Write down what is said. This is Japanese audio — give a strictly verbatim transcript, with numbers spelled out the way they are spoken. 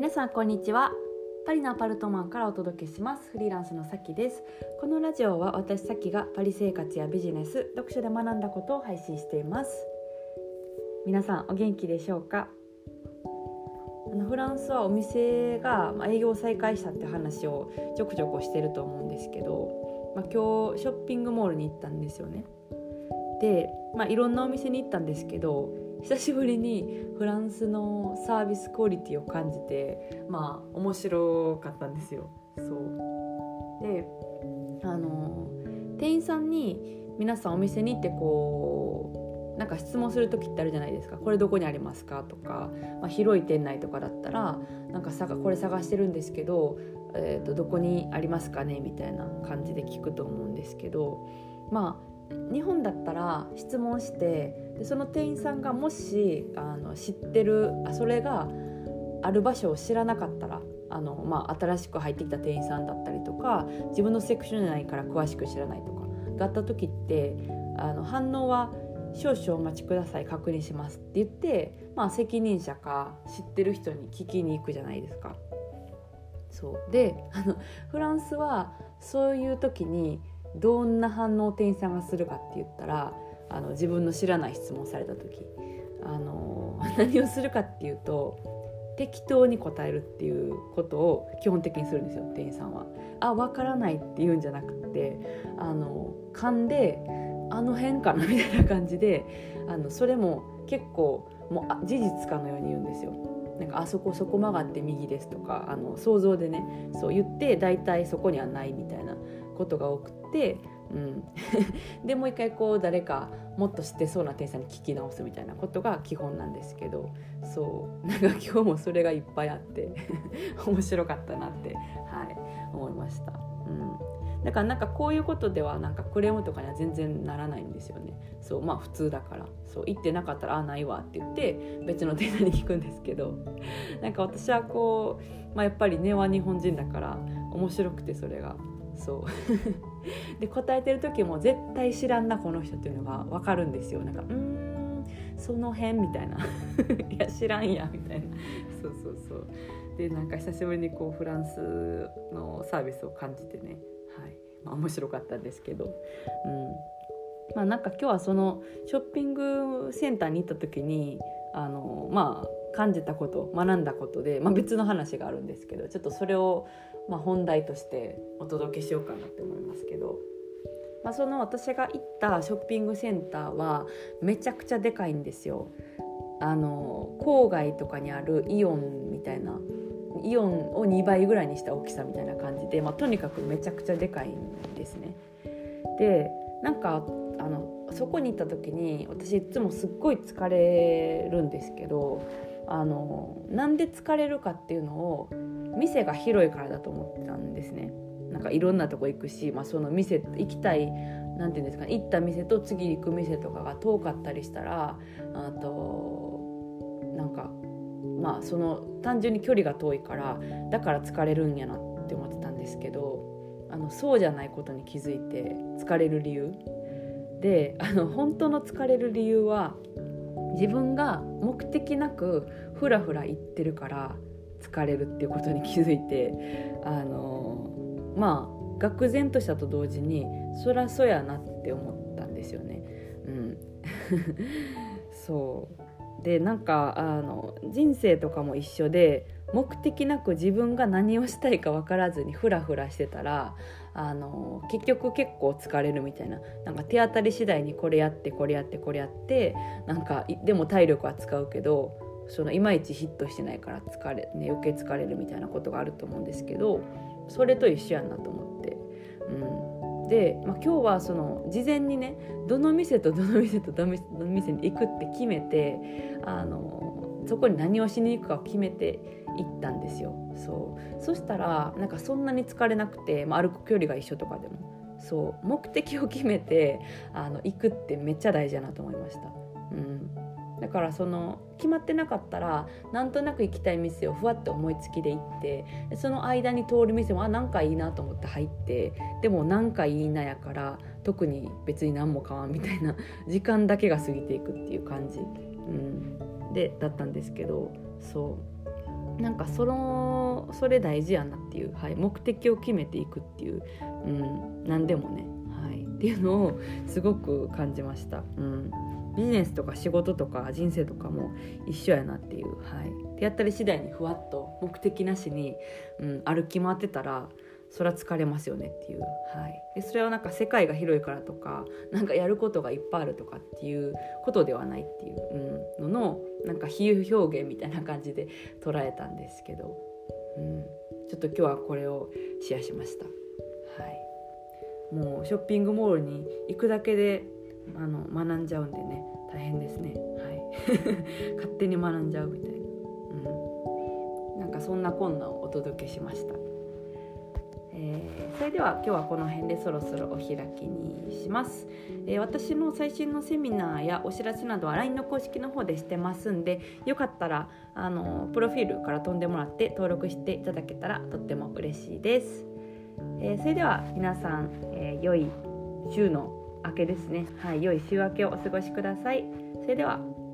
皆さんこんにちは。パリのアパルトマンからお届けします。フリーランスのさきです。このラジオは私さきがパリ生活やビジネス、読書で学んだことを配信しています。皆さんお元気でしょうか？あのフランスはお店が営業再開したって話をちょくちょくしてると思うんですけど、まあ、今日ショッピングモールに行ったんですよね。で、まあ、いろんなお店に行ったんですけど、久しぶりにフランスのサービスクオリティを感じて、まあ面白かったんですよ。そうで、あの店員さんに皆さんお店に行ってこうなんか質問する時ってあるじゃないですか。これどこにありますかとか、まあ、広い店内とかだったらなんかさこれ探してるんですけど、えーと、どこにありますかねみたいな感じで聞くと思うんですけど、まあ日本だったら質問してでその店員さんがもしあの知ってるあそれがある場所を知らなかったらあの、まあ、新しく入ってきた店員さんだったりとか自分のセクションじゃないから詳しく知らないとかがあった時ってあの反応は少々お待ちください確認しますって言って、まあ、責任者か知ってる人に聞きに行くじゃないですか。そうであのフランスはそういう時にどんな反応を店員さんがするかって言ったらあの自分の知らない質問された時あの何をするかっていうと適当に答えるっていうことを基本的にするんですよ。店員さんはあ分からないって言うんじゃなくてあの噛んであの辺かなみたいな感じであのそれも結構もう事実かのように言うんですよ。なんかあそこそこ曲がって右ですとかあの想像でねそう言ってだいたいそこにはないみたいなことが多くて、うん、でもう一回こう誰かもっと知ってそうな店員さんに聞き直すみたいなことが基本なんですけど、そうなんか今日もそれがいっぱいあって面白かったなって、はい、思いました。うん、だからなんかこういうことではなんかクレームとかには全然ならないんですよね。そうまあ普通だからそう言ってなかったらあないわって言って別の店員さんに聞くんですけど、なんか私はこう、まあ、やっぱり根は日本人だから面白くてそれがそうで答えてる時も絶対知らんなこの人っていうのが分かるんですよ。なんかうーんその辺みたいないや知らんやみたいなそうそうそうでなんか久しぶりにこうフランスのサービスを感じてね、はいまあ、面白かったんですけど、うんまあ、なんか今日はそのショッピングセンターに行った時にあのまあ感じたこと学んだことで、まあ、別の話があるんですけどちょっとそれをまあ本題としてお届けしようかなって思いますけど、まあ、その私が行ったショッピングセンターはめちゃくちゃでかいんですよ。あの郊外とかにあるイオンみたいなイオンをにばいぐらいにした大きさみたいな感じで、まあ、とにかくめちゃくちゃでかいんですね。でなんかあのそこに行った時に私いつもすっごい疲れるんですけどあのなんで疲れるかっていうのを店が広いからだと思ってたんですね。なんかいろんなとこ行くし、まあ、その店行きたいなんていうんですかね、行った店と次行く店とかが遠かったりしたらあとなんかまあその単純に距離が遠いからだから疲れるんやなって思ってたんですけどあのそうじゃないことに気づいて疲れる理由であの本当の疲れる理由は自分が目的なくふらふら行ってるから疲れるっていうことに気づいてあのまあ愕然としたと同時にそらそやなって思ったんですよね。うん、そうでなんかあの人生とかも一緒で目的なく自分が何をしたいか分からずにフラフラしてたらあの結局結構疲れるみたいな、なんか手当たり次第にこれやってこれやってこれやってなんかでも体力は使うけどそのいまいちヒットしてないから疲れ、ね、余計疲れるみたいなことがあると思うんですけどそれと一緒やなと思って、うん、で、まあ、今日はその事前にねどの店とどの店とどの店に行くって決めてあのそこに何をしに行くかを決めて行ったんですよ。そうそしたらなんかそんなに疲れなくて、まあ、歩く距離が一緒とかでもそう目的を決めてあの行くってめっちゃ大事だなと思いました。うんだからその決まってなかったらなんとなく行きたい店をふわって思いつきで行ってその間に通る店もあなんかいいなと思って入ってでもなんかいいなやから特に別に何も買わんみたいな時間だけが過ぎていくっていう感じ、うん、でだったんですけどそうなんかそのそれ大事やなっていう、はい、目的を決めていくっていう、うん、何でもね、はい、っていうのをすごく感じました、うん、ビジネスとか仕事とか人生とかも一緒やなっていう、はい、でやったり次第にふわっと目的なしに、うん、歩き回ってたらそれは疲れますよねっていう、はい、でそれはなんか世界が広いからとかなんかやることがいっぱいあるとかっていうことではないっていう、うん、ののなんか比喩表現みたいな感じで捉えたんですけど、うん、ちょっと今日はこれをシェアしました、はい、もうショッピングモールに行くだけであの学んじゃうんでね大変ですね、はい、勝手に学んじゃうみたいな、うん、なんかそんなこんなをお届けしました。えー、それでは今日はこの辺でそろそろお開きにします、えー、私の最新のセミナーやお知らせなどは ライン の公式の方でしてますんで、よかったらあのプロフィールから飛んでもらって登録していただけたらとっても嬉しいです、えー、それでは皆さん、えー、良い週の明けですね、はい、良い週明けをお過ごしください。それでは。